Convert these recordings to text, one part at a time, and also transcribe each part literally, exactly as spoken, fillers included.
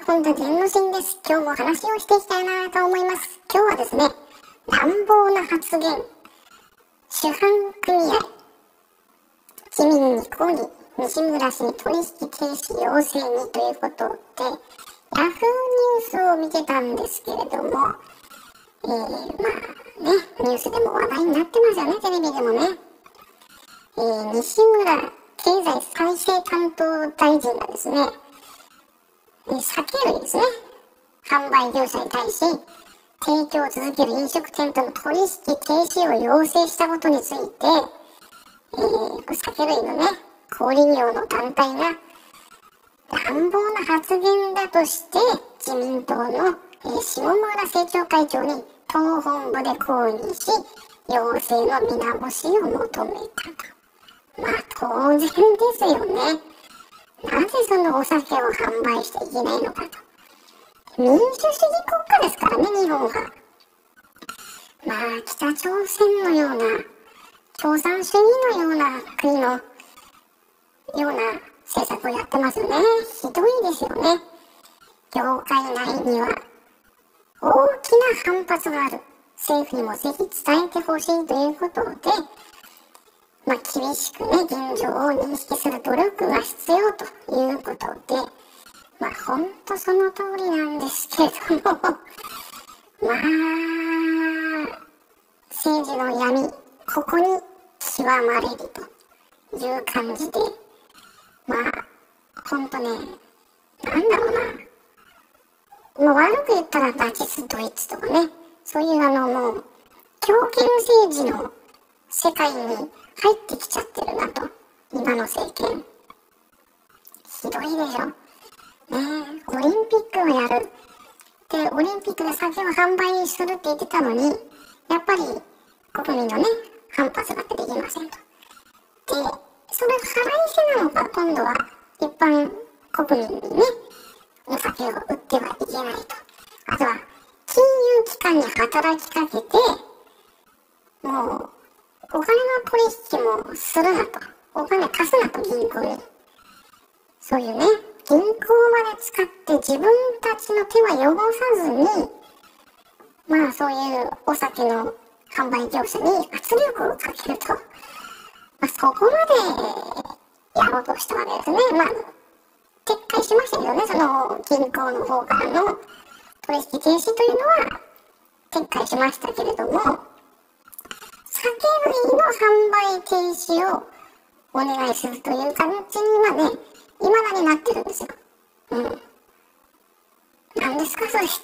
本田健之進です。今日も話をしていきたいなと思います。今日はですね、乱暴な発言、主犯組合、自民に抗議、西村氏に取引停止要請にということで、ヤフーニュースを見てたんですけれども、えー、まあね、ニュースでも話題になってますよね、テレビでもね。えー、西村経済再生担当大臣がですね、酒類ですね、販売業者に対し、提供を続ける飲食店との取引停止を要請したことについて、えー、酒類のね、小売業の団体が乱暴な発言だとして、自民党の、えー、下村政調会長に党本部で抗議し、要請の見直しを求めたと。まあ当然ですよね。なぜそのお酒を販売していけないのかと。民主主義国家ですからね、日本は。まあ北朝鮮のような、共産主義のような国のような政策をやってますよね。ひどいですよね。業界内には大きな反発がある。政府にもぜひ伝えてほしいということで、まあ、厳しくね、現状を認識する努力が必要ということで、まあ、ほんとその通りなんですけれども、まあ、政治の闇、ここに極まれるという感じで、まあ、ほんとね、なんだろうな、もう悪く言ったらナチスドイツとかね、そういうあのもう、強権政治の世界に入ってきちゃってるなと、今の政権。ひどいでしょ。ねえ、オリンピックをやる。で、オリンピックで酒を販売するって言ってたのに、やっぱり国民のね、反発があってできませんと。で、それが腹いせなのか、今度は一般国民にね、お酒を売ってはいけないと。あとは、金融機関に働きかけて、もう、お金の取引もするなと。お金貸すなと、銀行に。そういうね、銀行まで使って自分たちの手は汚さずに、まあそういうお酒の販売業者に圧力をかけると。まあそこまでやろうとしたわけですね。まあ、撤回しましたけどね、その銀行の方からの取引停止というのは撤回しましたけれども、酒類の販売停止をお願いするという感じにはね、未だになってるんですよ。うん。何ですかそれって。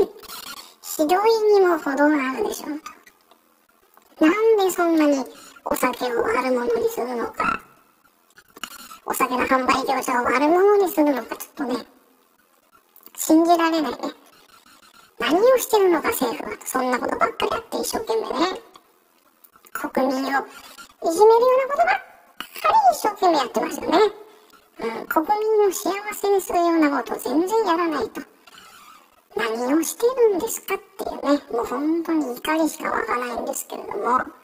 ひどいにも程があるでしょうと。なんでそんなにお酒を悪者にするのか。お酒の販売業者を悪者にするのか、ちょっとね、信じられないね。何をしてるのか政府はと。そんなことばっかりやって一生懸命ね。国民をいじめるようなことばっかり一生懸命やってますよね。うん、国民を幸せにするようなことを全然やらないと。何をしてるんですかっていうね、もう本当に怒りしか湧かないんですけれども、まあ私はね、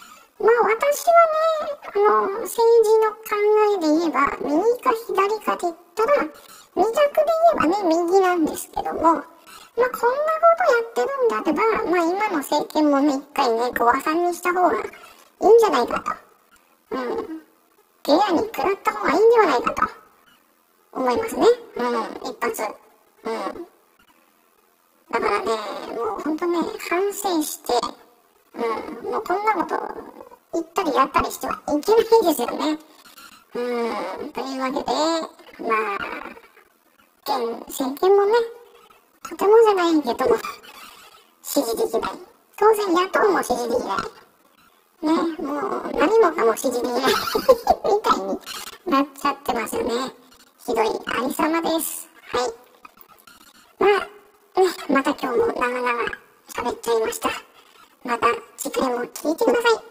あの、政治の考えで言えば、右か左かって言ったら、二択で言えばね、右なんですけども、まあこんなことやってるんであれば、まあ今の政権もね、一回ね、ご破産にした方がいいんじゃないかと。うん。ゲアに食らった方がいいんではないかと思いますね。うん、一発。うん。だからね、もうほんとね、反省して、うん、もうこんなこと言ったりやったりしてはいけないですよね。うん、というわけで、まあ、現政権もね、とてもじゃないけども、支持できない。当然野党も支持できない。ね、もう何もかも支持できないみたいになっちゃってますよね。ひどいありさまです。はい。まあ、ね、また今日も長々喋っちゃいました。また次回も聞いてください。